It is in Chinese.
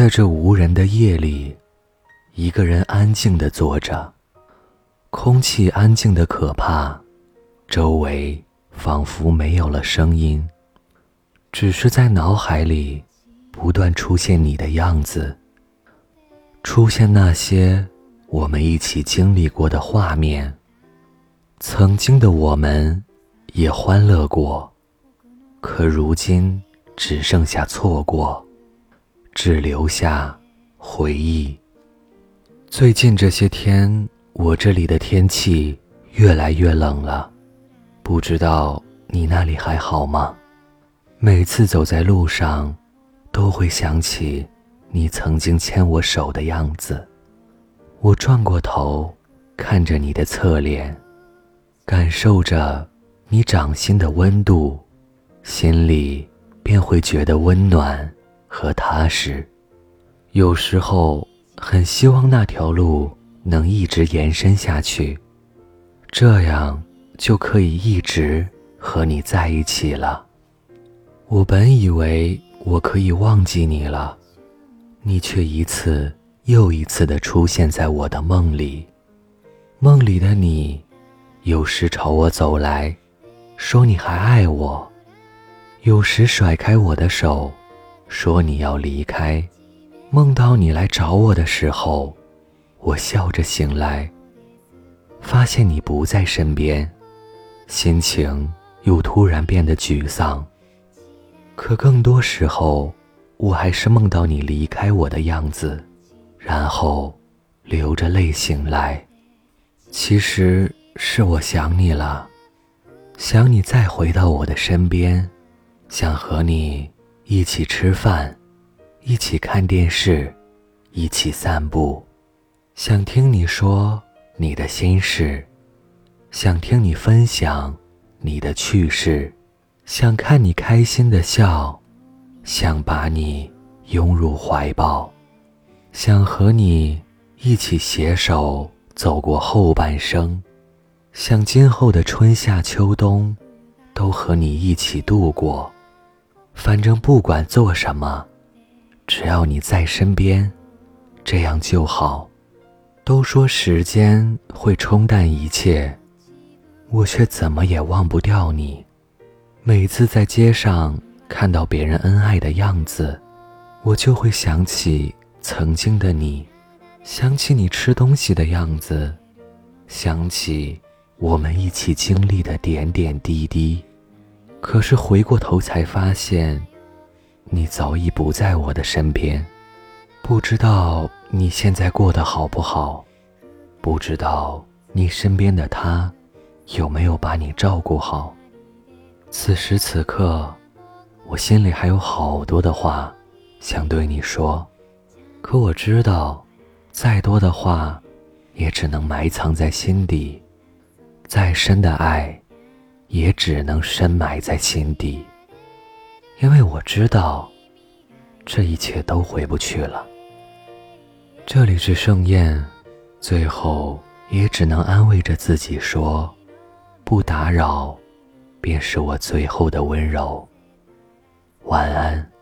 在这无人的夜里，一个人安静地坐着，空气安静得可怕，周围仿佛没有了声音，只是在脑海里不断出现你的样子，出现那些我们一起经历过的画面。曾经的我们也欢乐过，可如今只剩下错过，只留下回忆。最近这些天，我这里的天气越来越冷了，不知道你那里还好吗？每次走在路上，都会想起你曾经牵我手的样子。我转过头，看着你的侧脸，感受着你掌心的温度，心里便会觉得温暖和踏实。有时候很希望那条路能一直延伸下去，这样就可以一直和你在一起了。我本以为我可以忘记你了，你却一次又一次地出现在我的梦里。梦里的你，有时朝我走来，说你还爱我，有时甩开我的手，说你要离开。梦到你来找我的时候，我笑着醒来，发现你不在身边，心情又突然变得沮丧。可更多时候，我还是梦到你离开我的样子，然后流着泪醒来。其实是我想你了，想你再回到我的身边，想和你一起吃饭，一起看电视，一起散步，想听你说你的心事，想听你分享你的趣事，想看你开心的笑，想把你拥入怀抱，想和你一起携手走过后半生，想今后的春夏秋冬都和你一起度过。反正不管做什么，只要你在身边，这样就好。都说时间会冲淡一切，我却怎么也忘不掉你。每次在街上看到别人恩爱的样子，我就会想起曾经的你，想起你吃东西的样子，想起我们一起经历的点点滴滴。可是回过头才发现，你早已不在我的身边。不知道你现在过得好不好，不知道你身边的他有没有把你照顾好。此时此刻，我心里还有好多的话想对你说，可我知道，再多的话也只能埋藏在心底，再深的爱也只能深埋在心底。因为我知道，这一切都回不去了。这里是盛宴，最后也只能安慰着自己说，不打扰便是我最后的温柔。晚安。